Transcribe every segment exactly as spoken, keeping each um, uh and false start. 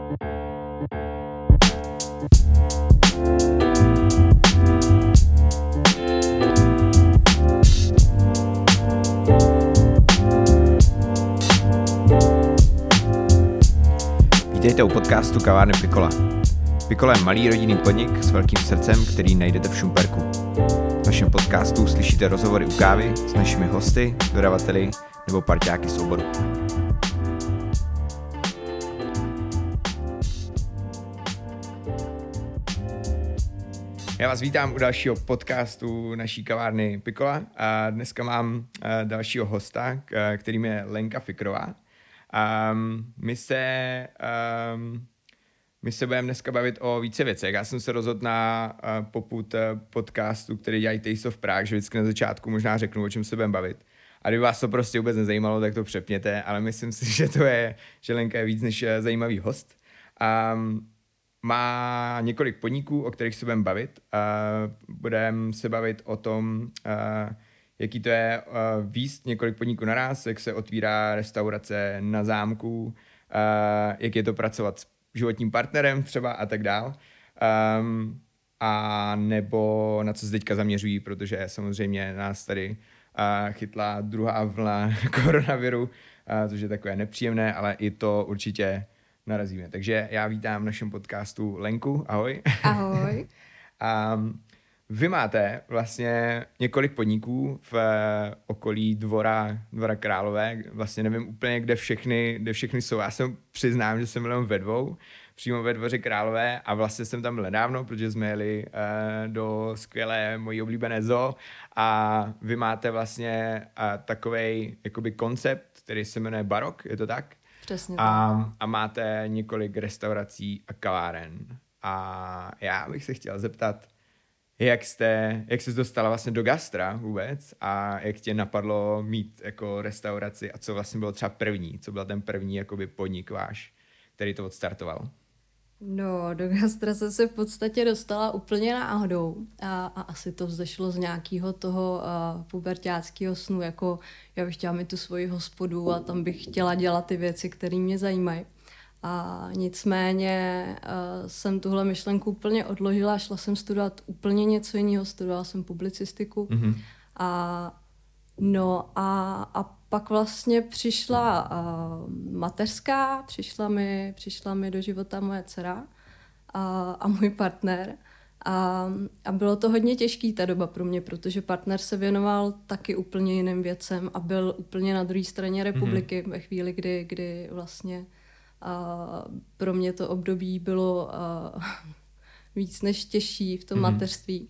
Vítejte u podcastu Kavárny Pikola. Pikola je malý rodinný podnik s velkým srdcem, který najdete v Šumperku. V našem podcastu slyšíte rozhovory u kávy s našimi hosty, dodavateli nebo parťáky z oboru. Já vás vítám u dalšího podcastu naší kavárny Pikola a dneska mám dalšího hosta, kterým je Lenka Fikrová. Um, my se um, my se budeme dneska bavit o více věcech. Já jsem se rozhodl na uh, popud uh, podcastu, který dělají Taste of Prague, že vždycky na začátku možná řeknu, o čem se budeme bavit. A kdyby vás to prostě vůbec nezajímalo, tak to přepněte, ale myslím si, že to je, že Lenka je víc než zajímavý host. Um, má několik podniků, o kterých se budeme bavit. Uh, budeme se bavit o tom, uh, jaký to je uh, víc několik podniků naraz, jak se otvírá restaurace na zámku, uh, jak je to pracovat s životním partnerem třeba a tak dál. Um, a nebo na co se teďka zaměřují, protože samozřejmě nás tady uh, chytla druhá vlna koronaviru, uh, což je takové nepříjemné, ale i to určitě narazíme. Takže já vítám v našem podcastu Lenku. Ahoj. Ahoj. um, Vy máte vlastně několik podniků v okolí dvora, dvora Králové. Vlastně nevím úplně, kde všechny, kde všechny jsou. Já jsem přiznám, že jsem byl ve dvou, přímo ve dvoře Králové a vlastně jsem tam byl nedávno, protože jsme jeli uh, do skvělé mojí oblíbené zoo a vy máte vlastně uh, takovej jakoby koncept, který se jmenuje Barok, je to tak? Přesně a, tak. A máte několik restaurací a kaváren. A já bych se chtěl zeptat, Jak jste, jak jsi dostala vlastně do gastra vůbec a jak tě napadlo mít jako restauraci a co vlastně bylo třeba první, co byl ten první jakoby podnik váš, který to odstartoval? No, do gastra jsem se v podstatě dostala úplně náhodou a, a asi to vzešlo z nějakého toho uh, puberťáckého snu, jako já bych chtěla mít tu svoji hospodu a tam bych chtěla dělat ty věci, které mě zajímají. A nicméně uh, jsem tuhle myšlenku úplně odložila, šla jsem studovat úplně něco jiného, studovala jsem publicistiku. Mm-hmm. A, no a, a pak vlastně přišla uh, mateřská, přišla mi, přišla mi do života moje dcera a, a můj partner. A, a bylo to hodně těžký ta doba pro mě, protože partner se věnoval taky úplně jiným věcem a byl úplně na druhé straně republiky mm-hmm. ve chvíli, kdy, kdy vlastně a pro mě to období bylo uh, víc než těžší v tom mm-hmm. mateřství.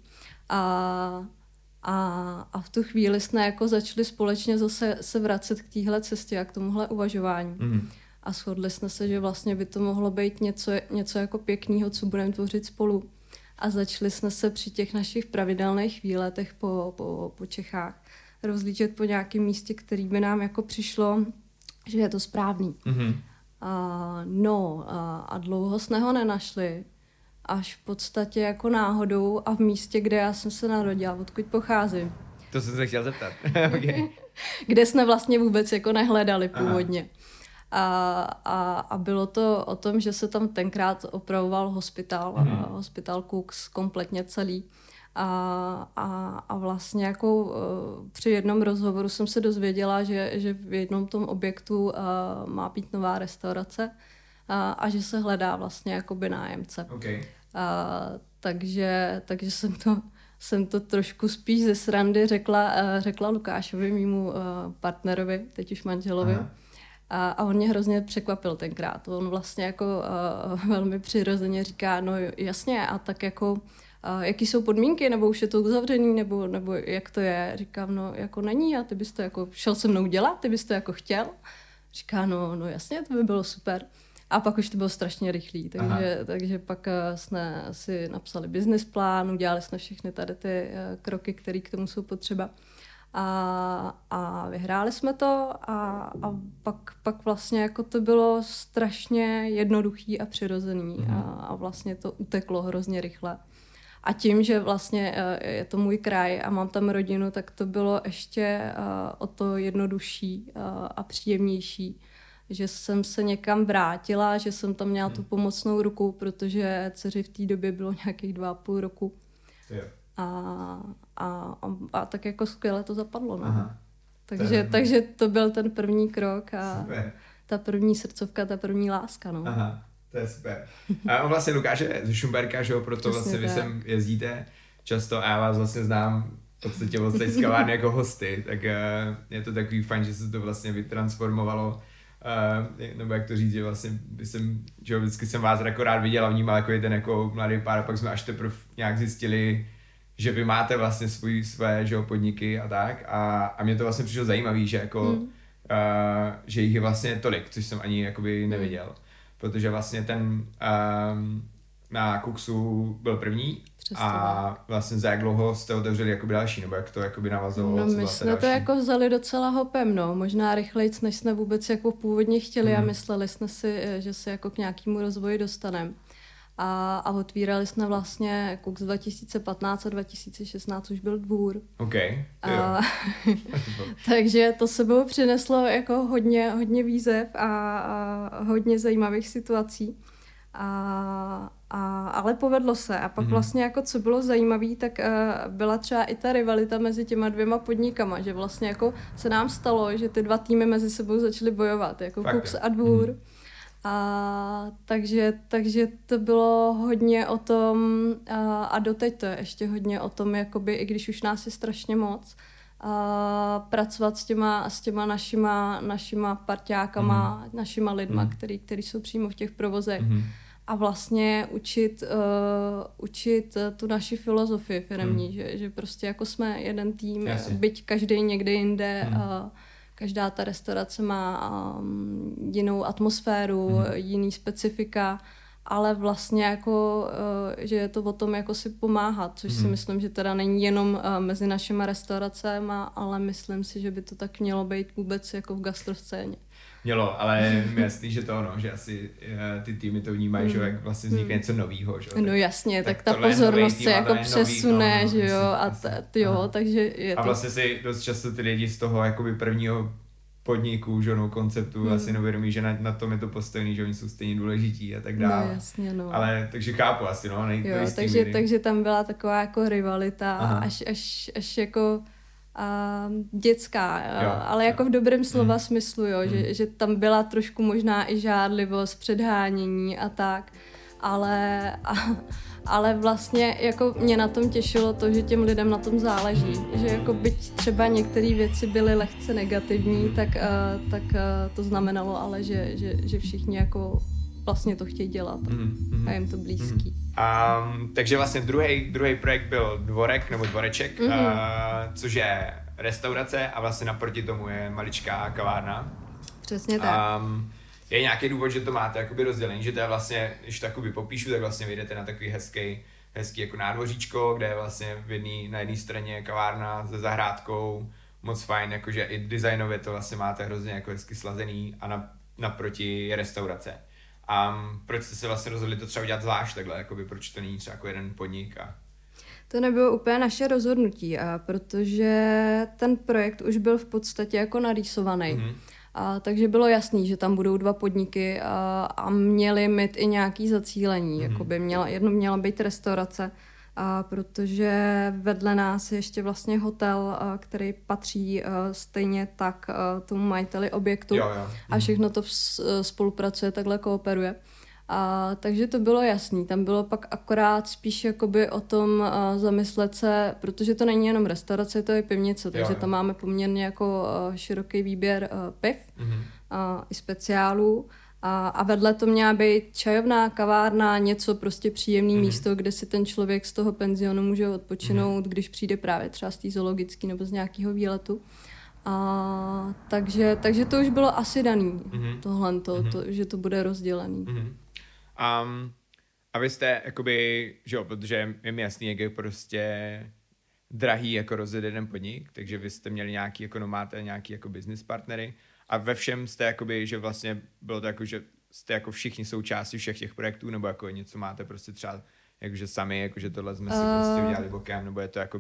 A, a, a v tu chvíli jsme jako začali společně zase se vracet k téhle cestě a k tomuhle uvažování. Mm-hmm. A shodli jsme se, že vlastně by to mohlo být něco, něco jako pěkného, co budeme tvořit spolu. A začali jsme se při těch našich pravidelných výletech po, po, po Čechách rozlížet po nějakém místě, který by nám jako přišlo, že je to správný. Mm-hmm. Uh, no a, a dlouho jsme ho nenašli, až v podstatě jako náhodou a v místě, kde já jsem se narodila, odkud pocházím. To jsem se chtěl zeptat. Okay. Kde jsme vlastně vůbec jako nehledali původně. A, a, a bylo to o tom, že se tam tenkrát opravoval hospital, mm. hospital Cooks kompletně celý. A, a, a vlastně jako uh, při jednom rozhovoru jsem se dozvěděla, že, že v jednom tom objektu uh, má být nová restaurace uh, a že se hledá vlastně jakoby nájemce. Okay. Uh, takže, takže jsem to, jsem to trošku spíš ze srandy řekla, uh, řekla Lukášovi, mému uh, partnerovi, teď už manželovi. Aha. A, a on mě hrozně překvapil tenkrát. On vlastně jako uh, velmi přirozeně říká, no jasně, a tak jako Uh, jaký jsou podmínky, nebo už je to uzavřený, nebo, nebo jak to je. Říkám, no jako není a ty bys to jako šel se mnou dělat, ty bys to jako chtěl. Říká, no, no jasně, to by bylo super. A pak už to bylo strašně rychlý, takže, takže pak uh, jsme si napsali business plán, udělali jsme všechny tady ty uh, kroky, které k tomu jsou potřeba. A, a vyhráli jsme to a, a pak, pak vlastně jako to bylo strašně jednoduchý a přirozený mm. a, a vlastně to uteklo hrozně rychle. A tím, že vlastně je to můj kraj a mám tam rodinu, tak to bylo ještě o to jednodušší a příjemnější, že jsem se někam vrátila, že jsem tam měla hmm. tu pomocnou ruku, protože dceři v té době bylo nějakých dva a půl roku. Jo. A, a, a, a tak jako skvěle to zapadlo. No. Aha. Takže, to takže to byl ten první krok a super. Ta první srdcovka, ta první láska. No. Aha, to je super. A on vlastně Lukáš je ze Šumberka, že jo, proto Přesně vlastně vy tak. sem jezdíte často a já vás vlastně znám v podstatě od teď z kavárny jako hosty, tak uh, je to takový fajn, že se to vlastně vytransformovalo, uh, nebo jak to říct, že vlastně jsem, že jo, vždycky jsem vás jako rád viděl a vnímal jako ten jako mladý pár a pak jsme až teprve nějak zjistili, že vy máte vlastně svůj, své, že jo, podniky a tak a, a mě to vlastně přišlo zajímavý, že jako hmm. uh, že jich je vlastně tolik, což jsem ani jakoby nevěděl, hmm. protože vlastně ten um, na Kuxu byl první. Přesně a tak. Vlastně za jak dlouho jste otevřeli jakoby další, nebo jak to jakoby navazovalo? No my jsme to jako vzali docela hopem, no. Možná rychlejc, než jsme vůbec jako původně chtěli hmm. a mysleli jsme si, že se jako k nějakému rozvoji dostaneme. A, a otvírali jsme vlastně Kux dva tisíce patnáct a dva tisíce šestnáct už byl dvůr. OK. A, takže to sebou přineslo jako hodně, hodně výzev a, a hodně zajímavých situací. A, a, ale povedlo se. A pak mm-hmm. vlastně jako co bylo zajímavé, tak uh, byla třeba i ta rivalita mezi těma dvěma podnikama, že vlastně jako se nám stalo, že ty dva týmy mezi sebou začaly bojovat, jako Fakt, Kux a dvůr. Mm-hmm. A takže, takže to bylo hodně o tom a, a doteď to je ještě hodně o tom, jakoby, i když už nás je strašně moc, a pracovat s těma, s těma našima, našima parťákama, mm. našima lidma, mm. který, který jsou přímo v těch provozech. Mm. A vlastně učit, uh, učit tu naši filozofii firemní, mm. že, že prostě jako jsme jeden tým, Jasně. byť každý někde jinde, mm. uh, každá ta restaurace má um, jinou atmosféru, mm. jiný specifika, ale vlastně jako, uh, že je to o tom jako si pomáhat, což mm. si myslím, že teda není jenom uh, mezi našima restauracema, ale myslím si, že by to tak mělo být vůbec jako v gastroscéně. Mělo, ale je jasný, že to ono, že asi uh, ty týmy to vnímají, mm. že jak vlastně vznikne něco novýho, že? No jasně, tak, tak ta pozornost se jako přesune, nový, no, že jo, a t- t- jo, takže je to... A vlastně si dost často ty lidi z toho jakoby prvního podniků, že no, konceptu hmm. asi neuvědomí, že na, na tom je to postavený, že oni jsou stejně důležití a tak dále. No jasně, no. Ale takže chápu asi, no. Nej, jo, takže, takže tam byla taková jako rivalita, až, až, až jako a, dětská, jo, ale jako v dobrém slova hmm. smyslu, jo, hmm. že, že tam byla trošku možná i žádlivost, předhánění a tak, ale... A, ale vlastně jako mě na tom těšilo to, že těm lidem na tom záleží, že jako byť třeba některé věci byly lehce negativní, tak, uh, tak uh, to znamenalo ale, že, že, že všichni jako vlastně to chtějí dělat mm-hmm. a jim to blízký. Mm-hmm. Um, takže vlastně druhý druhý projekt byl Dvorek nebo Dvoreček, mm-hmm. uh, což je restaurace a vlastně naproti tomu je maličká kavárna. Přesně tak. Um, Je nějaký důvod, že to máte jakoby rozdělení, že to je vlastně, když to jakoby popíšu, tak vlastně vyjdete na takový hezký, hezký jako nádvoříčko, kde je vlastně v jedný, na jedné straně kavárna se zahrádkou, moc fajn, jakože i designově to vlastně máte hrozně jako hezky slazený a na, naproti je restaurace. A um, proč jste se vlastně rozhodli to třeba udělat zvlášť takhle, jakoby proč to není třeba jako jeden podnik a... To nebylo úplně naše rozhodnutí, a protože ten projekt už byl v podstatě jako narýsovaný. Mm-hmm. A, takže bylo jasný, že tam budou dva podniky a, a měli mít i nějaký zacílení. Mm-hmm. Jakoby měla, jedno měla být restaurace, a protože vedle nás je ještě vlastně hotel, a, který patří a, stejně tak a, tomu majiteli objektu. Jo, jo. A všechno to v, spolupracuje, takhle kooperuje. A, takže to bylo jasný. Tam bylo pak akorát spíš jakoby o tom a, zamyslet se, protože to není jenom restaurace, to je pivnice, takže jo, jo. tam máme poměrně jako a, široký výběr a, piv mm-hmm. a, i speciálů. A, a vedle to měla být čajovná, kavárna, něco prostě příjemný mm-hmm. místo, kde si ten člověk z toho penzionu může odpočinout, mm-hmm. když přijde právě třeba z té zoologické nebo z nějakého výletu. A, takže, takže to už bylo asi daný, mm-hmm. tohle, to, mm-hmm. to, že to bude rozdělený. Mm-hmm. Um, a vy jste, jakoby, že jo, protože je mi jasný, jak je prostě drahý jako rozjet jeden podnik, takže vy jste měli nějaký, jako no, máte nějaký jako business partnery a ve všem jste, jakoby, že vlastně bylo to jako, že jste jako všichni součástí všech těch projektů, nebo jako něco máte prostě třeba, jakože sami, jakože tohle jsme si uh... prostě udělali bokem, nebo je to jakoby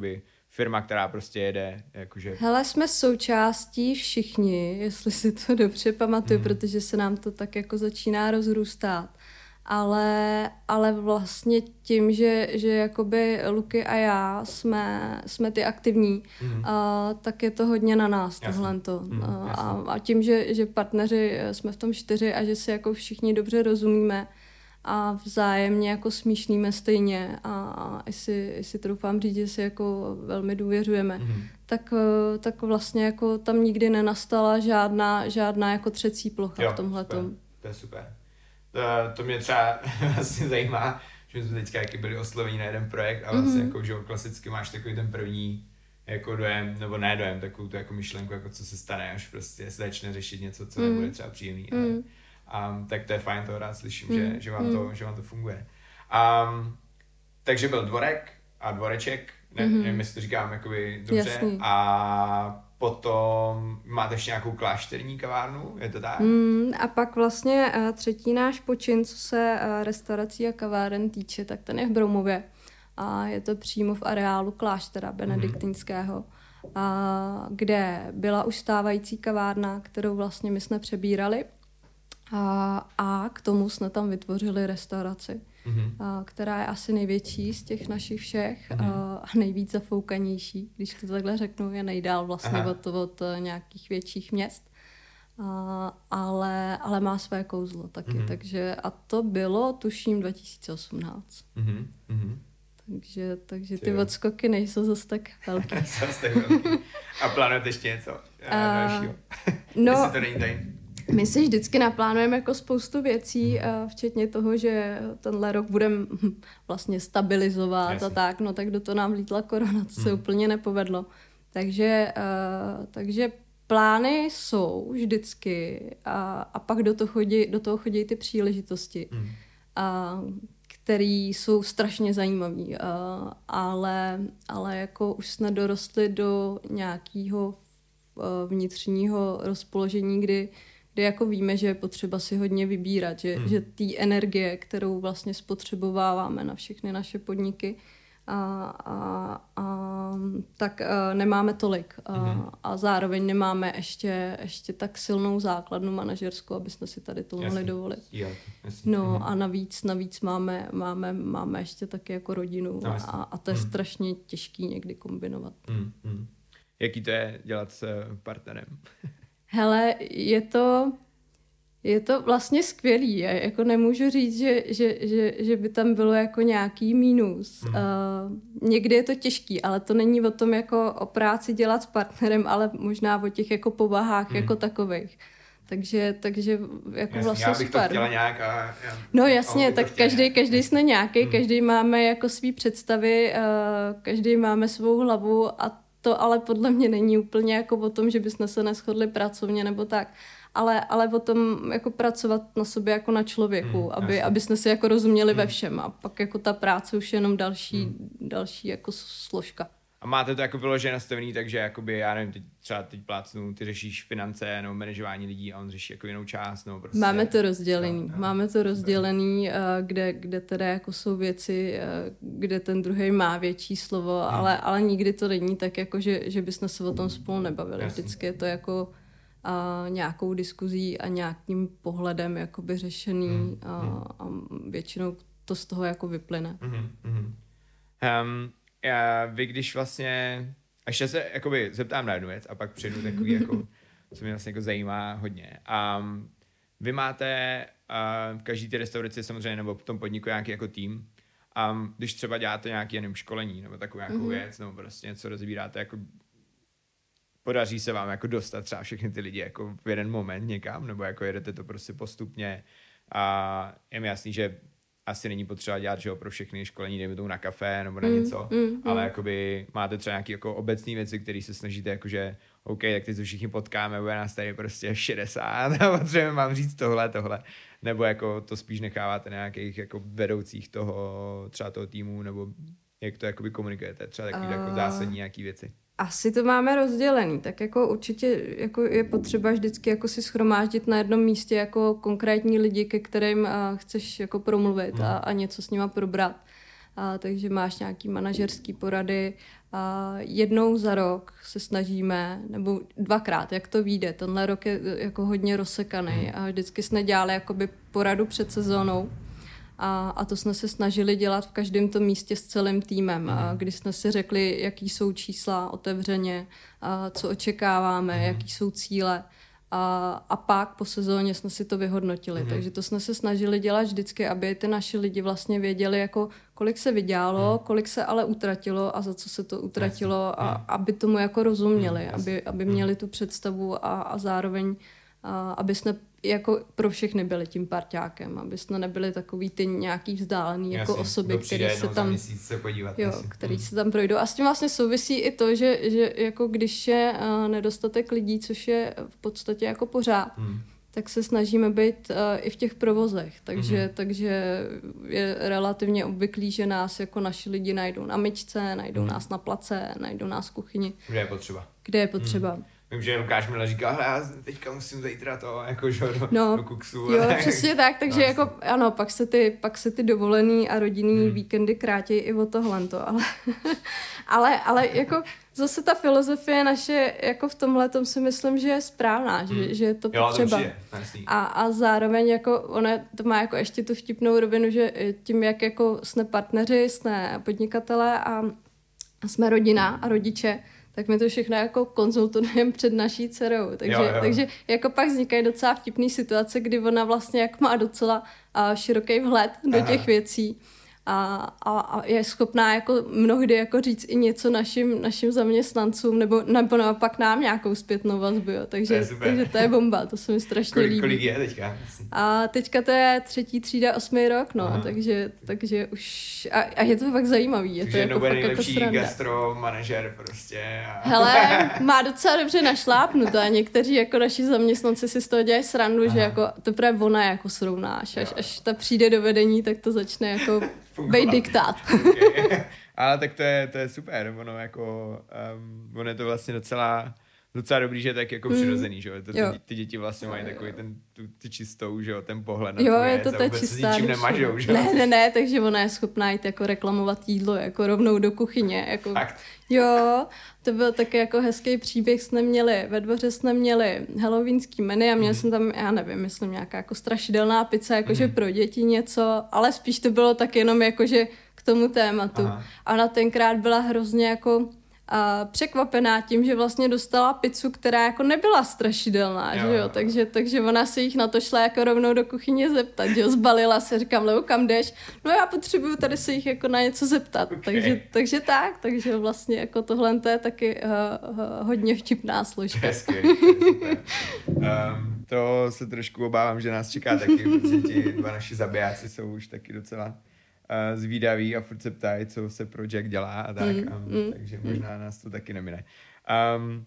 firma, která prostě jede, jakože... Hele, jsme součástí všichni, jestli si to dobře pamatuju, mm. protože se nám to tak jako začíná rozrůstat. Ale, ale vlastně tím, že, že jakoby Luky a já jsme, jsme ty aktivní, mm. a, tak je to hodně na nás, tohleto. Mm, a, a tím, že, že partneři jsme v tom čtyři a že si jako všichni dobře rozumíme a vzájemně jako smýšlíme stejně a, a jestli, jestli troufám říct, že si jako velmi důvěřujeme, mm. tak, tak vlastně jako tam nikdy nenastala žádná, žádná jako třecí plocha jo, v tomhletom. To je super. To, to mě třeba vlastně zajímá, že jsme teďka jaký byli oslovení na jeden projekt a vlastně mm-hmm. jako, že klasicky máš takový ten první jako dojem, nebo ne dojem, takovou tu jako myšlenku, jako co se stane, až prostě se začne řešit něco, co mm. nebude třeba příjemný. Mm. Ale, um, tak to je fajn, to rád slyším, mm. že, že, vám mm. to, že vám to funguje. Um, takže byl dvorek a dvoreček, ne, mm-hmm. nevím, jestli to říkám jakoby dobře. Jasný. A potom máte ještě nějakou klášterní kavárnu, je to tak? Mm, a pak vlastně uh, třetí náš počin, co se uh, restaurací a kaváren týče, tak ten je v Broumově. A je to přímo v areálu kláštera benediktinského, mm. a, kde byla už stávající kavárna, kterou vlastně my jsme přebírali. A, a k tomu jsme tam vytvořili restauraci, mm. a, která je asi největší z těch našich všech mm. a, a nejvíc zafoukanější, když to takhle řeknu, je nejdál vlastně od, od nějakých větších měst. A, ale, ale má své kouzlo taky, mm. takže a to bylo tuším dva tisíce osmnáct. Mm. Mm. Takže, takže ty odskoky nejsou zase tak velký. A plánujete ještě něco dalšího? No, jestli to není tady. My si vždycky naplánujeme jako spoustu věcí, hmm. včetně toho, že tenhle rok budeme vlastně stabilizovat Jasně. a tak, no tak do toho nám vlítla korona, to se hmm. úplně nepovedlo. Takže, uh, takže plány jsou vždycky a, a pak do toho chodí, do toho chodí ty příležitosti. Hmm. A který jsou strašně zajímavý, uh, ale, ale jako už jsme dorostli do nějakého uh, vnitřního rozpoložení, kdy, kdy jako víme, že je potřeba si hodně vybírat, že, hmm. že té energie, kterou vlastně spotřebováváme na všechny naše podniky, a, a, a, tak a nemáme tolik. A, mm-hmm. a zároveň nemáme ještě, ještě tak silnou základnu manažerskou, aby jsme si tady to mohli dovolit. Jo, jasný. No mm-hmm. a navíc, navíc máme, máme, máme ještě taky jako rodinu no, a, a to je mm. strašně těžký někdy kombinovat. Mm-hmm. Jaký to je dělat s partnerem? Hele, je to... Je to vlastně skvělý. Já jako nemůžu říct, že, že, že, že by tam bylo jako nějaký mínus. Mm. Uh, někdy je to těžký, ale to není o tom jako o práci dělat s partnerem, ale možná o těch jako povahách mm. jako takových. Takže, takže jako jasně, vlastně já bych super. to chtěla nějak a... Já, no jasně, tak každý, nějak. každý jsme nějaký, mm. každý máme jako svý představy, uh, každý máme svou hlavu a to ale podle mě není úplně jako o tom, že bychom se neshodli pracovně nebo tak. Ale, ale o tom jako pracovat na sobě jako na člověku, hmm, aby, aby jsme si jako rozuměli hmm. ve všem a pak jako ta práce už je jenom další, hmm. další jako složka. A máte to jako vyložené nastavený, takže jakoby, já nevím, teď, třeba teď plácnu, ty řešíš finance nebo manažování lidí a on řeší jako jinou část. Nebo prostě, máme to rozdělený. No, no. Máme to rozdělený, kde, kde teda jako jsou věci, kde ten druhý má větší slovo, hmm. ale, ale nikdy to není tak, jako že, že bychom se o tom spolu nebavili. Jasný. Vždycky je to jako a nějakou diskuzí a nějakým pohledem jakoby řešený mm, a, mm. a většinou to z toho jako vyplyne. Mm, mm. Um, já, vy když vlastně, a ještě se jakoby zeptám na jednu věc a pak přijdu takový jako, co mě vlastně jako zajímá hodně. Um, vy máte uh, v každý té restauraci samozřejmě nebo v tom podniku nějaký jako tým. Um, když třeba děláte nějaký jenom školení nebo takovou nějakou mm. věc nebo prostě něco rozbíráte jako podaří se vám jako dostat třeba všechny ty lidi jako v jeden moment někam, nebo jako jedete to prostě postupně a je mi jasný, že asi není potřeba dělat, že jo, pro všechny školení, dejme tomu na kafe nebo na mm, něco, mm, ale mm. jakoby máte třeba nějaké jako obecné věci, které se snažíte jakože OK, tak teď se všichni potkáme, bude nás tady prostě šedesát a potřebujeme vám říct tohle, tohle, nebo jako to spíš necháváte nějakých jako vedoucích toho, třeba toho týmu, nebo jak to jakoby komunikujete, třeba takový uh... jako zásadní nějaký věci. Asi to máme rozdělený, tak jako určitě jako je potřeba vždycky jako si shromáždit na jednom místě jako konkrétní lidi, ke kterým uh, chceš jako promluvit a, a něco s nima probrat. a, takže máš nějaký manažerský porady. A jednou za rok se snažíme, nebo dvakrát, jak to vyjde. Tenhle rok je jako hodně rozsekaný a vždycky jsme dělali jakoby poradu před sezónou. A, a to jsme se snažili dělat v každém tom místě s celým týmem. A když jsme si řekli, jaký jsou čísla otevřeně, a co očekáváme, mm. jaký jsou cíle. A, a pak po sezóně jsme si to vyhodnotili. Mm. Takže to jsme se snažili dělat vždycky, aby ty naši lidi vlastně věděli, jako, kolik se vydělalo, mm. kolik se ale utratilo a za co se to utratilo, a, aby tomu jako rozuměli, mm. aby, aby měli tu představu a, a zároveň a, aby jsme jako pro všechny byli tím parťákem, aby jsme nebyli takový ty nějaký vzdálený jako Jasně, osoby, které se tam se podívat, jo, který hmm. se tam projdou. A s tím vlastně souvisí i to, že, že jako když je uh, nedostatek lidí, což je v podstatě jako pořád, hmm. tak se snažíme být uh, i v těch provozech. Takže, hmm. takže je relativně obvyklý, že nás jako naši lidi najdou na myčce, najdou hmm. nás na place, najdou nás v kuchyni. Kde je potřeba. Kde je potřeba. Hmm. Vím, že Lukáš Mila říká, hele, já teďka musím zítra to, jako, že do, no, do kuksu. Jo, přesně tak, takže no, jako, ano, pak se ty, pak se ty dovolený a rodinný hmm. víkendy krátí i o tohle, ale, ale, ale jako zase ta filozofie naše, jako v tomhletom si myslím, že je správná, hmm. že, že je to potřeba. Jo, a, a zároveň jako ona to má jako ještě tu vtipnou rovinu, že tím, jak jako jsme partneři, jsme podnikatelé a jsme rodina a rodiče, tak my to všechno jako konzultujeme před naší dcerou. Takže, jo, jo. takže jako pak vznikají docela vtipný situace, kdy ona vlastně jak má docela uh, široký vhled do Aha. těch věcí a, a, a je schopná jako mnohdy jako říct i něco našim, našim zaměstnancům nebo, nebo naopak nám nějakou zpětnou vazbu. Jo. Takže, to takže to je bomba, to se mi strašně kolik, líbí. Kolik je teďka? A teďka to je třetí třída, osmý rok, no, takže, takže už a, a je to fakt zajímavý. Je to takže jako fakt nejlepší jako gastro manažer prostě. A... Hele, má docela dobře našlápnuto a někteří jako naši zaměstnanci si z toho dělají srandu, Aha. že jako teprve ona jako srovnáš, až, až ta přijde do vedení, tak to začne jako být diktát. Okay. Ale tak to je, to je super, ono jako, um, ono je to vlastně docela, docela dobrý, že je tak jako mm. přirozený, že jo, to, ty, ty děti vlastně mají takový ten, tu, ty čistou, že jo, ten pohled na jo, to je to ta čistá, s ničím nemažou, že jo. Ne, ne, ne, takže ona je schopná jít jako reklamovat jídlo, jako rovnou do kuchyně, jako. Fakt? Jo, to byl taky jako hezký příběh, jsme měli, ve dvoře jsme měli halloweenský menu a měli mm. jsem tam, já nevím, myslím nějaká jako strašidelná pizza, jakože mm. pro děti něco, ale spíš to bylo tak jenom jakože k tomu tématu. Aha. A ona tenkrát byla hrozně jako a překvapená tím, že vlastně dostala pizzu, která jako nebyla strašidelná, jo, že jo, takže, takže ona se jich na to šla jako rovnou do kuchyně zeptat, že jo, zbalila se, říkám, Leo, kam jdeš? No já potřebuju tady se jich jako na něco zeptat, okay. takže, takže tak, takže vlastně jako tohle to je taky uh, uh, hodně vtipná složka. Hezky, um, to se trošku obávám, že nás čeká taky, protože ti dva naši zabijáci jsou už taky docela Uh, zvídaví a furt se ptají, co se pro Jack dělá a tak, mm, um, mm, takže možná nás to taky nemine. Um,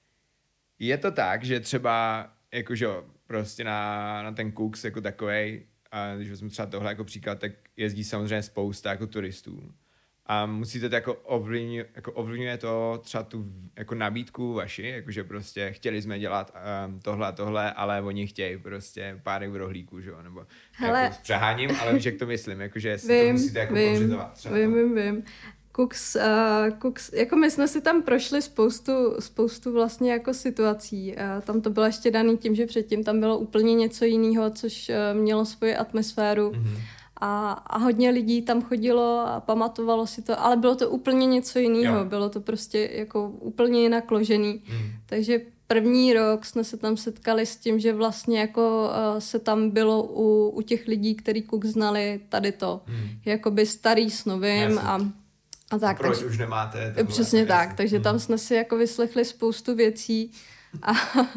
je to tak, že třeba jakože prostě na, na ten Cooks jako takovej, a když vezmu třeba tohle jako příklad, tak jezdí samozřejmě spousta jako turistů. A musíte to jako ovlivňuje, jako ovlivňuje to třeba tu jako nabídku vaši, jakože prostě chtěli jsme dělat um, tohle a tohle, ale oni chtějí prostě párek v rohlíku, že jo, nebo Hele. jako přeháním, ale víš, jak to myslím, jakože si to musíte jako pořizovat třeba. Vím, vím, vím. Cooks, uh, Cooks, jako my jsme si tam prošli spoustu, spoustu vlastně jako situací. Uh, tam to bylo ještě daný tím, že předtím tam bylo úplně něco jiného, což uh, mělo svoji atmosféru. Mm-hmm. A, a hodně lidí tam chodilo a pamatovalo si to, ale bylo to úplně něco jiného. Jo. Bylo to prostě jako úplně jinak ložený. Mm. Takže první rok jsme se tam setkali s tím, že vlastně jako uh, se tam bylo u, u těch lidí, který Cook znali tady to. Mm. Jakoby starý s novým a, a tak. A proč takže, už nemáte? Přesně tak, jasný. Takže mm. tam jsme si jako vyslechli spoustu věcí a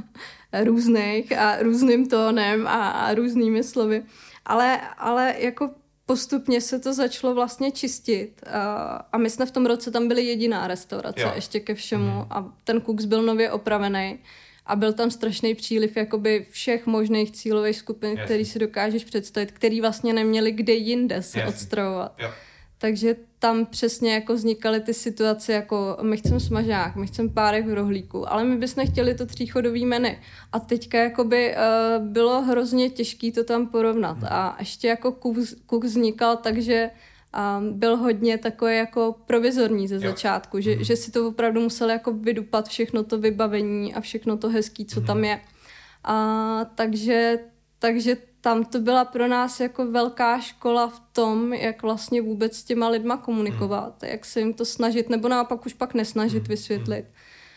různých a různým tónem a, a různými slovy. Ale, ale jako postupně se to začalo vlastně čistit a, a my jsme v tom roce tam byli jediná restaurace jo. ještě ke všemu mm. a ten Cooks byl nově opravený a byl tam strašný příliv jakoby všech možných cílových skupin, yes. který si dokážeš představit, který vlastně neměli kde jinde se yes. odstravovat. Jo. Takže tam přesně jako vznikaly ty situace jako my chceme smažák, my chceme párek v rohlíku, ale my bychom chtěli to tříchodový menu. A teďka jakoby uh, bylo hrozně těžké to tam porovnat. A ještě jako Cook vznikal, takže um, byl hodně takový jako provizorní ze začátku, že, mm. že si to opravdu museli jako vydupat všechno to vybavení a všechno to hezký, co mm. tam je. A, takže, takže tam to byla pro nás jako velká škola v tom, jak vlastně vůbec s těma lidma komunikovat, mm. jak se jim to snažit, nebo naopak už pak nesnažit mm. vysvětlit.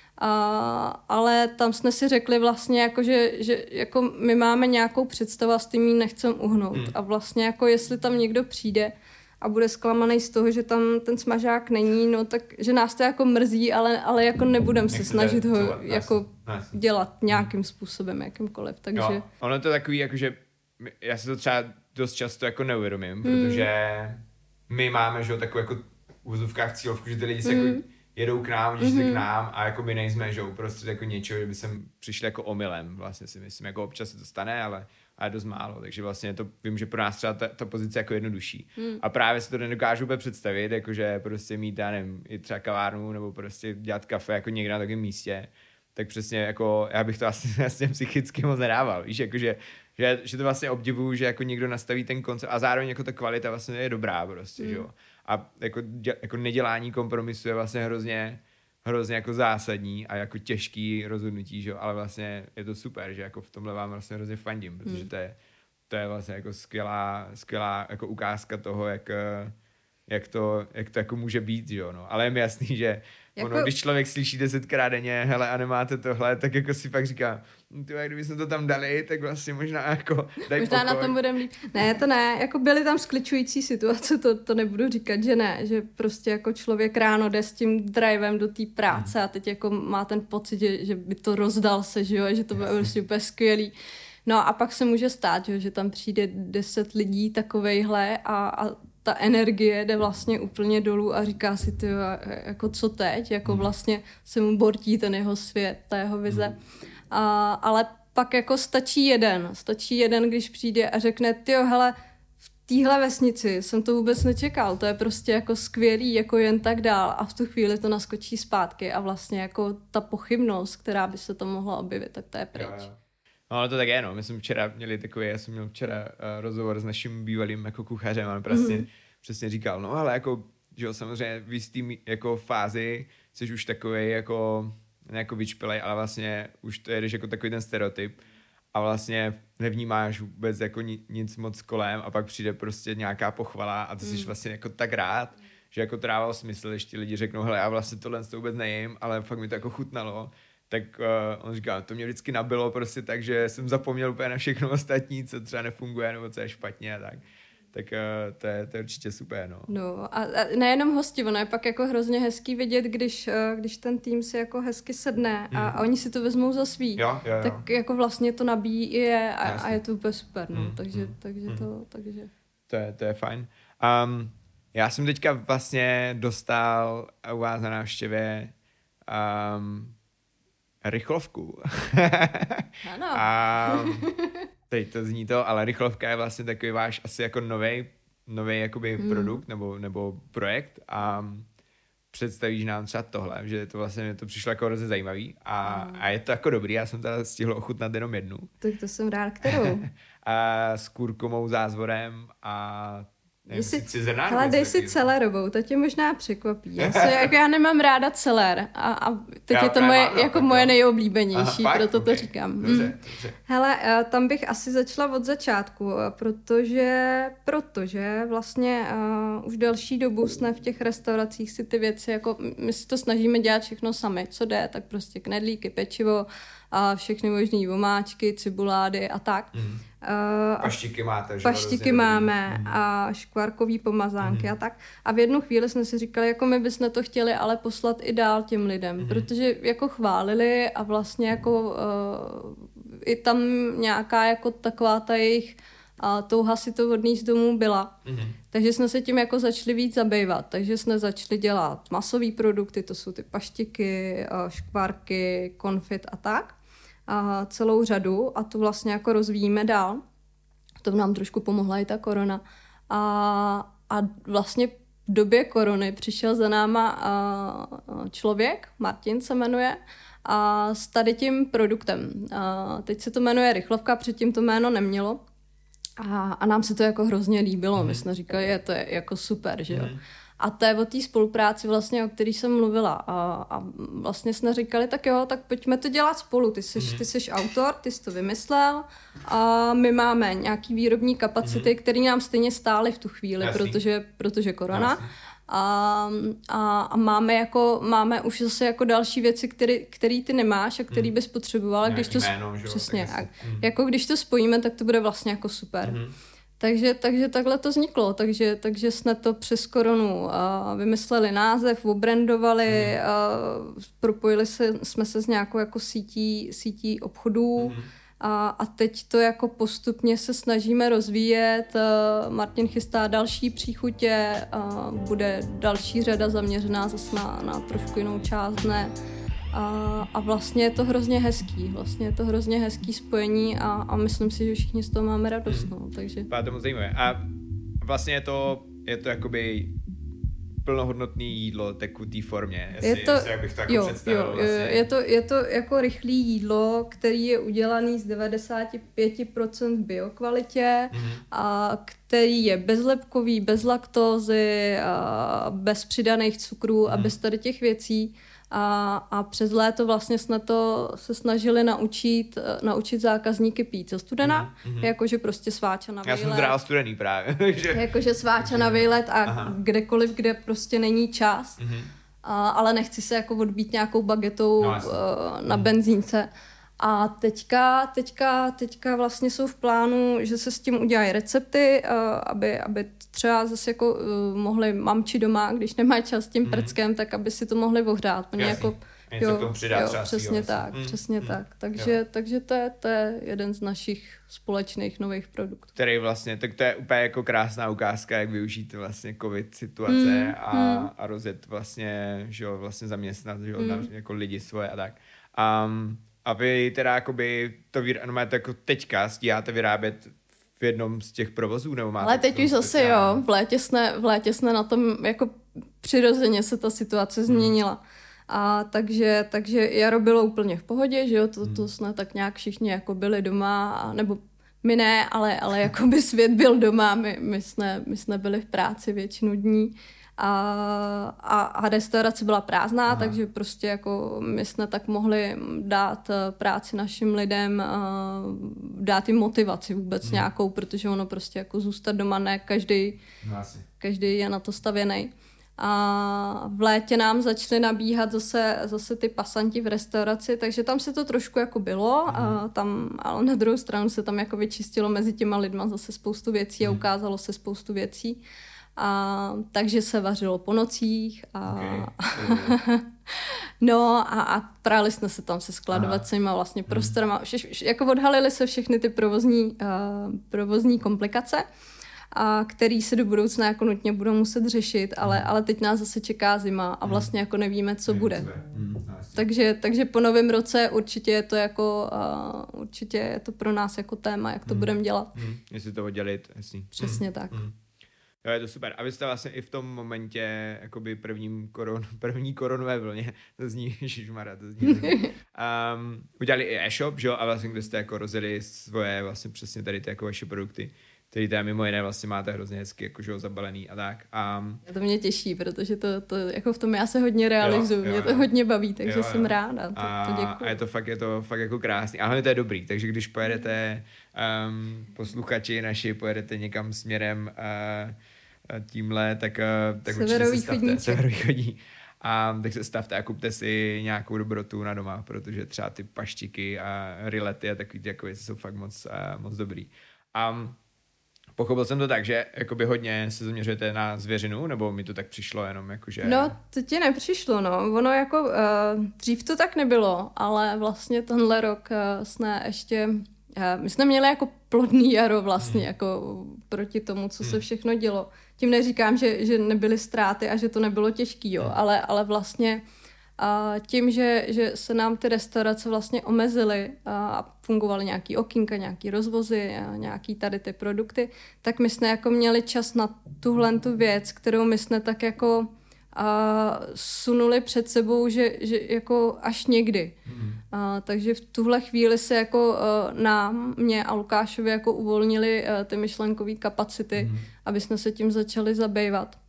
A, ale tam jsme si řekli vlastně, jako, že, že jako my máme nějakou představu a s tím jí nechcem uhnout. Mm. A vlastně jako jestli tam někdo přijde a bude zklamaný z toho, že tam ten smažák není, no tak, že nás to jako mrzí, ale, ale jako nebudem se snažit ho jako dělat nějakým způsobem, jakýmkoliv. Takže... Jo, ono to takový, jakože já si to třeba dost často jako neuvědomím, mm. protože my máme, že jo, takovou jako v úzovkách cílovku, že ty lidi se mm. jako jedou k nám, když mm-hmm. k nám a jako my nejsme, že jo, prostě jako něčeho, že by sem přišli jako omylem, vlastně si myslím, jako občas se to stane, ale, ale dost málo, takže vlastně to vím, že pro nás třeba ta, ta pozice jako jednodušší. Mm. A právě si to nedokážu úplně představit, jakože prostě mít, já nevím, i třeba kavárnu nebo prostě dělat kafe jako někde na takovém místě, tak přesně jako, já bych to asi vlastně psychicky moc nedával, víš, jakože že, že to vlastně obdivuju, že jako někdo nastaví ten koncept a zároveň jako ta kvalita vlastně je dobrá prostě, mm. že jo. A jako, dě, jako nedělání kompromisu je vlastně hrozně, hrozně jako zásadní a jako těžký rozhodnutí, že jo, ale vlastně je to super, že jako v tomhle vám vlastně hrozně fandím, protože to je, to je vlastně jako skvělá, skvělá jako ukázka toho, jak, jak to, jak to jako může být, že jo, no. Ale je mi jasný, že jako... ono, když člověk slyší desetkrát denně, hele, a nemáte tohle, tak jako si pak říká, tyhle, kdyby jsme to tam dali, tak vlastně možná jako daj možná pokoj. Na tom budeme líp. Ne, to ne, jako byly tam skličující situace, to, to nebudu říkat, že ne, že prostě jako člověk ráno jde s tím drivem do té práce hmm. a teď jako má ten pocit, že, že by to rozdal se, že jo, že to bude prostě úplně skvělý. No a pak se může stát, že, že tam přijde deset lidí takovejhle a, a ta energie jde vlastně úplně dolů a říká si, ty, jako co teď, jako vlastně se mu bortí ten jeho svět, ta jeho vize. A, ale pak jako stačí jeden, stačí jeden, když přijde a řekne, tyjo, hele, v téhle vesnici jsem to vůbec nečekal, to je prostě jako skvělý, jako jen tak dál a v tu chvíli to naskočí zpátky a vlastně jako ta pochybnost, která by se to mohla objevit, tak to je pryč. Jo, jo. No ale to tak je, no. My jsme včera měli takový, já jsem měl včera uh, rozhovor s naším bývalým jako kuchařem a on prostě mm. přesně říkal, no ale jako, že jo, samozřejmě v jistým jako fázi jsi už takovej jako, ne jako vyčpilej, ale vlastně už to jedeš jako takový ten stereotyp a vlastně nevnímáš vůbec jako ni, nic moc kolem a pak přijde prostě nějaká pochvala a ty mm. jsi vlastně jako tak rád, že jako to dávalo smysl, když ti lidi řeknou, hele, já vlastně tohle to vůbec nejím, ale fakt mi to jako chutnalo. Tak uh, on říká, to mě vždycky nabilo prostě tak, že jsem zapomněl úplně na všechno ostatní, co třeba nefunguje nebo co je špatně a tak. Tak uh, to, je, to je určitě super, no. No a, a nejenom hosti, ono je pak jako hrozně hezký vidět, když, uh, když ten tým si jako hezky sedne a, mm. a oni si to vezmou za svý. Jo, jo, jo. Tak jako vlastně to nabíjí je a, a je to úplně super, no. Mm. Takže, mm. takže mm. to, takže... To je, to je fajn. Um, já jsem teďka vlastně dostal u vás na návštěvě um, rychlovku. Ano. A teď to zní to, ale rychlovka je vlastně takový váš asi jako novej, novej jakoby hmm. produkt nebo, nebo projekt a představíš nám třeba tohle, že to vlastně mě to přišlo jako hrozně zajímavý a, a je to jako dobrý, já jsem teda stihl ochutnat jenom jednu. Tak to jsem rád, kterou? A s kurkumou, zázvorem a nevím, si, cizrnák. Hele, dej si celerovou, to tě možná překvapí. Já, se, jako já nemám ráda celer a, a teď já je to moje, mám, jako moje nejoblíbenější, aha, proto okay. to říkám. Dobře, mm. dobře. Hele, tam bych asi začala od začátku, protože, protože vlastně uh, už delší dobu jsme v těch restauracích si ty věci, jako my si to snažíme dělat všechno sami, co jde, tak prostě knedlíky, pečivo, a všechny možný omáčky, cibulády a tak. Mm. Uh, paštiky máte, že? Paštiky máme mm. a škvárkový pomazánky mm. a tak. A v jednu chvíli jsme si říkali, jako my bychom to chtěli ale poslat i dál těm lidem, mm. protože jako chválili a vlastně jako uh, i tam nějaká jako taková ta jejich a touha si to odníst domů byla. Mm. Takže jsme se tím jako začali víc zabývat. Takže jsme začali dělat masové produkty, to jsou ty paštiky, škvárky, konfit a tak. A celou řadu a to vlastně jako rozvíjíme dál. To nám trošku pomohla i ta korona. A, a vlastně v době korony přišel za náma člověk, Martin se jmenuje, a s tady tím produktem. A teď se to jmenuje Rychlovka, předtím to jméno nemělo. A, a nám se to jako hrozně líbilo. Mm. My jsme říkali, je to je jako super, že jo. Mm. A to je o té spolupráci vlastně, o který jsem mluvila. A, a vlastně jsme říkali, tak jo, tak pojďme to dělat spolu. Ty jsi, mm. ty jsi autor, ty jsi to vymyslel a my máme nějaký výrobní kapacity, mm. které nám stejně stály v tu chvíli, protože, protože korona. A, a, a máme jako máme už zase jako další věci, které, které ty nemáš a které bys potřeboval. Když to jméno, přesně, asi, mm. jako když to spojíme, tak to bude vlastně jako super. Mm. Takže, takže takhle to vzniklo, takže, takže jsme to přes koronu uh, vymysleli název, obrandovali, mm. uh, propojili se, jsme se s nějakou jako sítí, sítí obchodů. Mm. A, a teď to jako postupně se snažíme rozvíjet. Martin chystá další příchutě, bude další řada zaměřená zase na, na trošku jinou část dne. A, a vlastně je to hrozně hezký, vlastně je to hrozně hezký spojení a, a myslím si, že všichni z toho máme radost. No, takže. Byla to moc zajímavé. A vlastně je to, je to jakoby plnohodnotné jídlo tekutý formě, jestli, je to, jestli jak bych to jako jo, představil. Jo, vlastně. je, to, je to jako rychlé jídlo, který je udělaný z devadesát pět procent biokvalitě, mm-hmm. a který je bezlepkový, bez laktózy, a bez přidaných cukrů mm-hmm. a bez tady těch věcí. A, a přes léto vlastně jsme to se snažili naučit, naučit zákazníky pít ze studena, mm-hmm. jakože prostě sváča na vejlet. Já jsem zrál studený právě. Jakože sváča na vejlet a aha. kdekoliv, kde prostě není čas, mm-hmm. a, ale nechci se jako odbít nějakou bagetou no, na mm. benzínce. A teďka, teďka, teďka vlastně jsou v plánu, že se s tím udělají recepty, aby, aby třeba zase jako uh, mohli mamči doma, když nemají čas s tím mm. prckem, tak aby si to mohli ohřát. Jako, jo, k tomu přidat jo, třeba přesně tak, mm. přesně mm. tak. Takže, takže to, je, to je jeden z našich společných nových produktů. Který vlastně, tak to je úplně jako krásná ukázka, jak využít vlastně covid situace mm. a, mm. a rozjet vlastně, že jo, vlastně zaměstnat, že jo, mm. jako lidi svoje a tak. Um, A vy teda jakoby to, vyr... no, to jako teďka stíháte vyrábět v jednom z těch provozů? Nebo máte ale teď už zase jo, v létě, jsme, v létě jsme na tom jako přirozeně se ta situace změnila. Hmm. A takže, takže jaro bylo úplně v pohodě, že jo, to, to jsme tak nějak všichni jako byli doma, a, nebo my ne, ale, ale jako by svět byl doma, my, my, jsme, my jsme byli v práci většinu dní. A, a, a restaurace byla prázdná, aha. takže prostě jako my jsme tak mohli dát práci našim lidem, dát jim motivaci vůbec hmm. nějakou, protože ono prostě jako zůstat doma ne, každý, každý je na to stavěný. A v létě nám začaly nabíhat zase, zase ty pasanti v restauraci, takže tam se to trošku jako bylo, hmm. a tam, ale na druhou stranu se tam jako vyčistilo mezi těma lidma zase spoustu věcí a ukázalo se spoustu věcí. A, takže se vařilo po nocích a okay. no a, a práli jsme se tam se skladovacíma vlastně prostorama. Vše, jako odhalily se všechny ty provozní, uh, provozní komplikace, a který se do budoucna jako nutně budou muset řešit, ale, ale teď nás zase čeká zima a vlastně jako nevíme, co bude. Takže, takže po novém roce určitě je to jako uh, určitě je to pro nás jako téma, jak to mm. budeme dělat. Mm. Jestli to oddělit, jasný. Přesně mm. tak. Mm. Jo, je to super. A vy jste vlastně i v tom momentě jakoby prvním koron, první koronové vlně, to zní, ježišmarja, to zní, um, udělali i e-shop, že jo, a vlastně kde jste jako rozjeli svoje vlastně přesně tady ty jako vaše produkty, který tady mimo jiné vlastně máte hrozně hezky jako, že jo, zabalený a tak. Um, to mě těší, protože to, to jako v tom já se hodně realizuju, jo, jo, mě to jo. hodně baví, takže jo, jo. jsem ráda, to, a, to děkuju. A je to fakt, je to fakt jako krásný. A hlavně to je dobrý, takže když pojedete, um, posluchači naši, pojedete někam směrem uh, tímhle, tak, tak určitě se stavte. Severovýchodní. A tak se stavte a kupte si nějakou dobrotu na doma, protože třeba ty paštiky a rilety a takový ty jako věci jsou fakt moc, uh, moc dobrý. A pochopil jsem to tak, že jakoby hodně se zaměřujete na zvěřinu, nebo mi to tak přišlo jenom jakože... No, to ti nepřišlo, no. Ono jako, uh, dřív to tak nebylo, ale vlastně tenhle rok uh, jsme ještě... Uh, my jsme měli jako plodný jaro vlastně, hmm. jako proti tomu, co hmm. se všechno dělo. Tím neříkám, že, že nebyly ztráty a že to nebylo těžký, jo, hmm. ale, ale vlastně a tím, že, že se nám ty restaurace vlastně omezily a fungovaly nějaký okýnka, nějaký rozvozy, a nějaký tady ty produkty, tak my jsme jako měli čas na tuhle tu věc, kterou my jsme tak jako a sunuli před sebou, že, že jako až někdy. Hmm. Uh, takže v tuhle chvíli se jako uh, nám, mě a Lukášovi jako uvolnili uh, ty myšlenkové kapacity, mm. aby jsme se tím začali zabývat.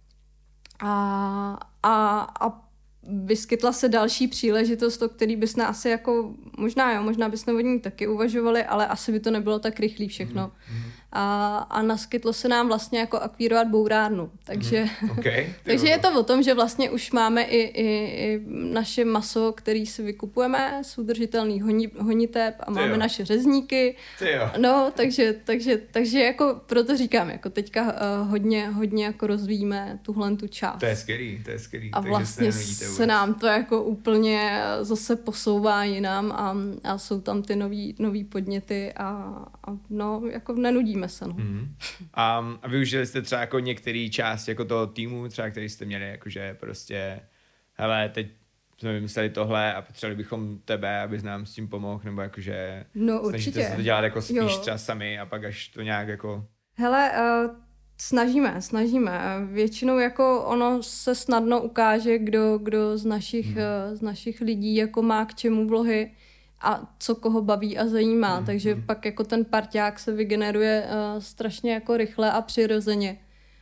A, a, a vyskytla se další příležitost, o který bys asi jako, možná jo, možná bys o ní taky uvažovali, ale asi by to nebylo tak rychlý všechno. Mm. A, a naskytlo se nám vlastně jako akvírovat bourárnu. Takže, mm. okay. takže je to o tom, že vlastně už máme i, i, i naše maso, který si vykupujeme z udržitelných honí, honiteb a máme naše řezníky. No, takže, takže, takže jako proto říkám, jako teďka uh, hodně, hodně jako rozvíjíme tuhle tu část. To je skvělý, to je skvělý. A vlastně se nám to jako úplně zase posouvá jinam a, a jsou tam ty nový, nový podněty a, a no, jako nenudíme se. No. Mm. A, a využili jste třeba jako některý část jako toho týmu, třeba který jste měli, jakože prostě hele, teď jsme vymysleli tohle a potřebovali bychom tebe, abys nám s tím pomohl, nebo jakože no, snažíte se to dělat jako spíš jo. třeba sami a pak až to nějak jako... Hele, uh, snažíme, snažíme. Většinou jako ono se snadno ukáže, kdo, kdo z našich, hmm. uh, z našich lidí jako má k čemu vlohy a co koho baví a zajímá. Hmm. Takže hmm. pak jako ten parťák se vygeneruje uh, strašně jako rychle a přirozeně.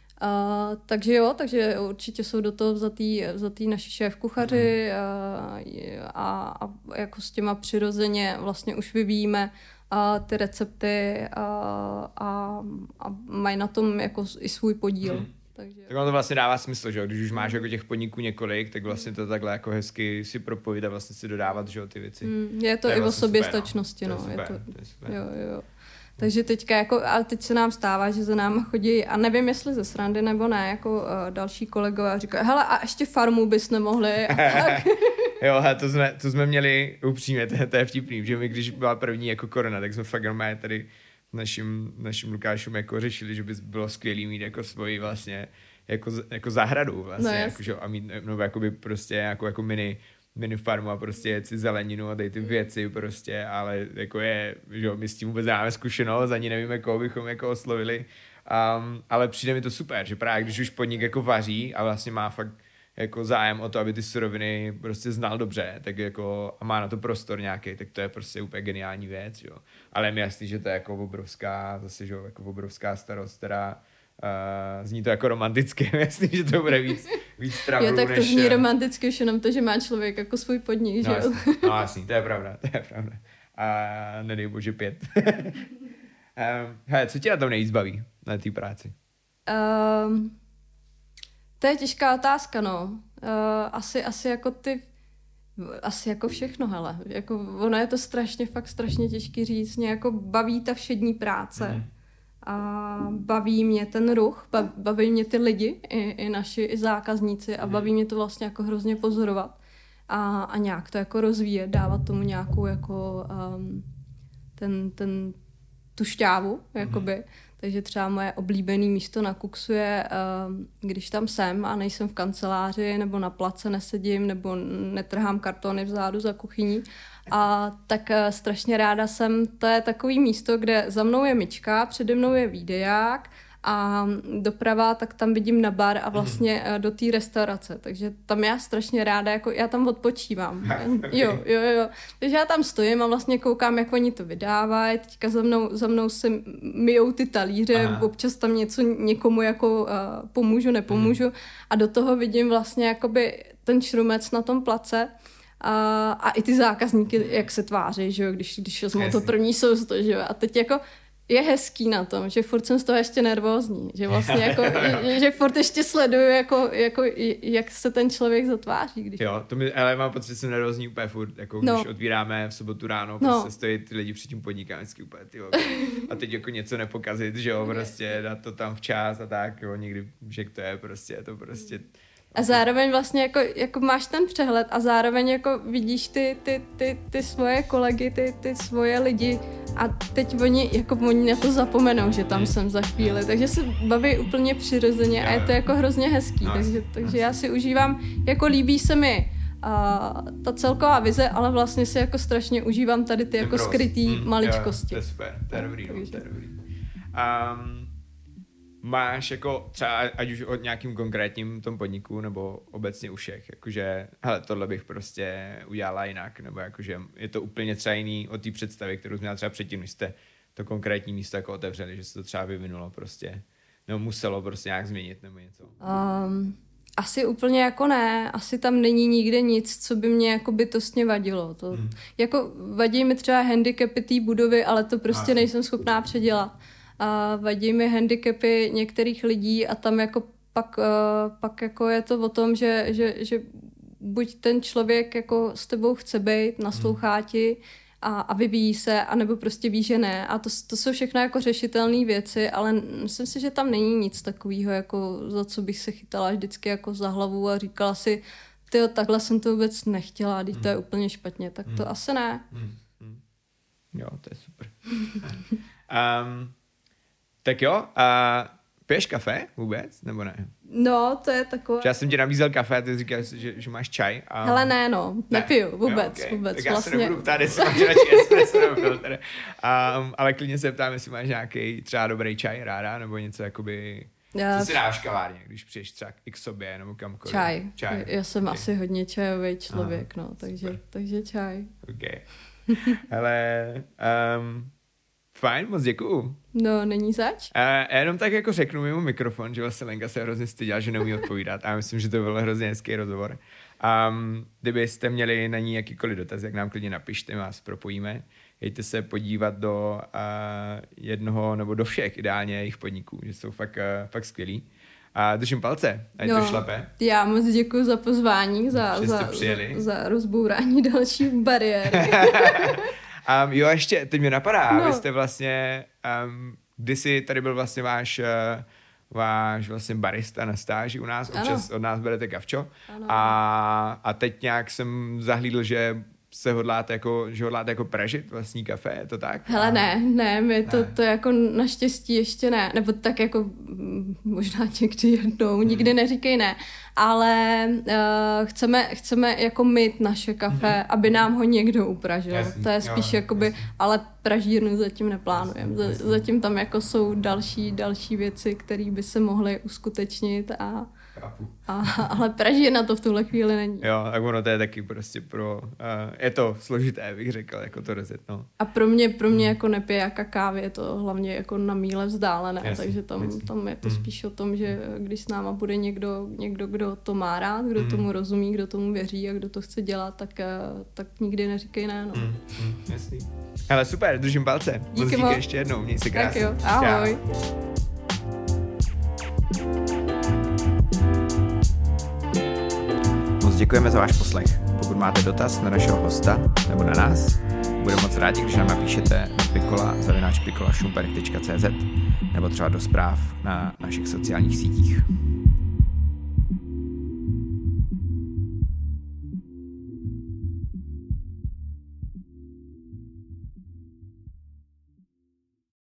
Uh, takže jo, takže určitě jsou do toho vzatý, vzatý naši šéfkuchaři uh, a, a jako s těma přirozeně vlastně už vyvíjíme uh, ty recepty uh, a, a mají na tom jako i svůj podíl. Hmm. Takže... Tak ono to vlastně dává smysl, že když už máš jako těch podniků několik, tak vlastně to takhle jako hezky si propojit a vlastně si dodávat, že ty věci. Hmm, je to, to je i vlastně o soběstačnosti, no. To je, no. Super, je to, to je super. Jo, jo. Takže teďka jako, ale teď se nám stává, že za náma chodí, a nevím, jestli ze srandy nebo ne, jako uh, další kolegové a říkají, hele, a ještě farmu bys nemohli a tak. Jo, hele, to jsme, to jsme měli upřímně, to, to je vtipný, že my, když byla první jako korona, tak jsme fakt normálně tady našim, našim Lukášům jako řešili, že by bylo skvělý mít jako svoji vlastně jako, jako zahradu vlastně, no, jako, že, a mít no, jakoby prostě jako, jako mini mini farmu a prostě jet si zeleninu a tady ty věci prostě, ale jako je, že my s tím vůbec nemáme zkušenost, ani nevíme, koho bychom jako oslovili, um, ale přijde mi to super, že právě když už podnik jako vaří a vlastně má fakt jako zájem o to, aby ty suroviny prostě znal dobře, tak jako a má na to prostor nějaký, tak to je prostě úplně geniální věc, jo. Ale je mi jasný, že to je jako obrovská, zase, že jako obrovská starost, která Uh, zní to jako romanticky, jasný, že to bude víc, víc travelů, jo, tak to než... zní romanticky už jenom to, že má člověk jako svůj podnik, no, že jo? Jasný, no jasný, to je pravda, to je pravda. A nedej bože pět. um, hele, co tě na tom nejvíc baví, na té práci? Um, to je těžká otázka, no. Uh, asi, asi jako ty, asi jako všechno, hele. Jako, ono je to strašně, fakt strašně těžký říct. Mě jako baví ta všední práce. Mm. A baví mě ten ruch, baví mě ty lidi, i, i naši i zákazníci a baví mě to vlastně jako hrozně pozorovat a, a nějak to jako rozvíjet, dávat tomu nějakou jako um, ten, ten, tu šťávu, jakoby. Takže třeba moje oblíbené místo na Kuksu je, um, když tam jsem a nejsem v kanceláři nebo na place nesedím nebo netrhám kartony vzadu za kuchyní, a tak uh, strašně ráda jsem, to je takový místo, kde za mnou je myčka, přede mnou je výdeják a doprava, tak tam vidím na bar a vlastně uh, do té restaurace, takže tam já strašně ráda, jako já tam odpočívám. Jo, jo, jo. Takže já tam stojím a vlastně koukám, jak oni to vydávají, teďka za mnou, za mnou se myjou ty talíře, aha, občas tam něco někomu jako uh, pomůžu, nepomůžu hmm. a do toho vidím vlastně jakoby ten šrumec na tom place. A, a i ty zákazníky, jak se tváří, že jo, když, když jsme to první sousto, že jo, a teď jako je hezký na tom, že furt jsem z toho ještě nervózní, že vlastně jako, že, že furt ještě sleduju, jako, jako, jak se ten člověk zatváří. Když... Jo, to mi, ale mám pocit, že jsem nervózní úplně furt, jako když no. otvíráme v sobotu ráno, no. prostě stojí ty lidi před tím podnikem, vždycky úplně, tyjo, a teď jako něco nepokazit, že jo, prostě dát to tam včas a tak, jo, někdy, že to je prostě, to prostě... A zároveň vlastně jako, jako máš ten přehled a zároveň jako vidíš ty, ty, ty, ty svoje kolegy, ty, ty svoje lidi a teď oni, jako oni na to zapomenou, že tam jsem za chvíli, takže se baví úplně přirozeně a je to jako hrozně hezký, no, takže, takže já si užívám, jako líbí se mi a ta celková vize, ale vlastně si jako strašně užívám tady ty jako skrytý mm, maličkosti. Jo, to je super, to je dobrý, no, to je dobrý. Um, máš jako třeba ať už o nějakým konkrétním tom podniku nebo obecně u všech, jakože hele, tohle bych prostě udělala jinak, nebo jakože je to úplně třeba jiný od té představy, kterou jsme měla třeba předtím, když jste to konkrétní místo jako otevřeli, že se to třeba vyvinulo prostě, nebo muselo prostě nějak změnit nebo něco. Um, asi úplně jako ne, asi tam není nikde nic, co by mě jako bytostně vadilo. To, hmm. Jako vadí mi třeba handicapy té budovy, ale to prostě a. nejsem schopná předělat. A vadí mi handicapy některých lidí a tam jako pak, uh, pak jako je to o tom, že, že, že buď ten člověk jako s tebou chce být, naslouchá ti a, a vyvíjí se, anebo prostě ví, že ne. A to, to jsou všechno jako řešitelné věci, ale myslím si, že tam není nic takového, jako za co bych se chytala vždycky jako za hlavu a říkala si, tyjo, takhle jsem to vůbec nechtěla, když to je úplně špatně, tak to asi ne. Jo, to je super. um, Tak jo, a piješ kafe vůbec, nebo ne? No, to je takové... Já jsem ti nabízel kafe a ty říkáš, že, že máš čaj. A... Hele, ne, no, nepiju ne. vůbec, jo, okay. vůbec. Tak já vlastně... se nebudu ptát, jestli máš radši espresso nebo filtr. Um, ale klidně se ptám, jestli máš nějaký třeba dobrý čaj ráda, nebo něco jakoby... Já... Co si dáš v kavárně, když přijdeš třeba k sobě nebo kamkoliv? Čaj. čaj. Já jsem okay. asi hodně čajový člověk, Aha, no, takže, takže čaj. Ok. Hele... Um, Fajn, moc děkuju. No, není zač. Uh, jenom tak jako řeknu mimo mikrofon, že vlastně Lenka se hrozně styděla, že neumí odpovídat a myslím, že to byl hrozně hezký rozhovor. Um, kdybyste měli na ní jakýkoliv dotaz, jak nám klidně napište, my vás propojíme. Jděte se podívat do uh, jednoho nebo do všech ideálně jejich podniků, že jsou fakt, uh, fakt skvělý. A uh, držím palce, ať no, to šlape. Já moc děkuji za pozvání, za, za, za, za rozbourání další bariéry. Um, jo, ještě, teď mě napadá, no. Vy jste vlastně, um, kdysi tady byl vlastně váš, uh, váš vlastně barista na stáži u nás, občas od nás berete kavčo a, a teď nějak jsem zahlídl, že se hodláte jako, že hodláte jako pražit vlastní kafe, je to tak? Hele, ne, ne, my ne. To, to jako naštěstí ještě ne, nebo tak jako možná někdy jednou, hmm. nikdy neříkej ne, ale uh, chceme, chceme jako mít naše kafe, hmm. aby nám ho někdo upražil, jasný, to je spíš jo, jakoby, jasný. Ale pražírnu zatím neplánujeme, zatím tam jako jsou další, další věci, které by se mohly uskutečnit a A, ale pražírna to v tuhle chvíli není. Jo, tak ono to je taky prostě pro... Uh, je to složité, bych řekl, jako to rozjet, no. A pro mě, pro mě hmm. jako nepijaka kávy je to hlavně jako na míle vzdálené, jasný, takže tam, jasný. tam je to hmm. spíš o tom, že když s náma bude někdo, někdo, kdo to má rád, kdo hmm. tomu rozumí, kdo tomu věří a kdo to chce dělat, tak, tak nikdy neříkej ne, no. Hmm. Hmm. Jasný. Hele, super, držím palce. Díky moc díky ještě jednou, měj se krásně. Tak jo, ahoj. Děkujeme za váš poslech. Pokud máte dotaz na našeho hosta nebo na nás, budeme moc rádi, když nám napíšete na pikola zavináč pikola šumperk tečka cé zet nebo třeba do zpráv na našich sociálních sítích.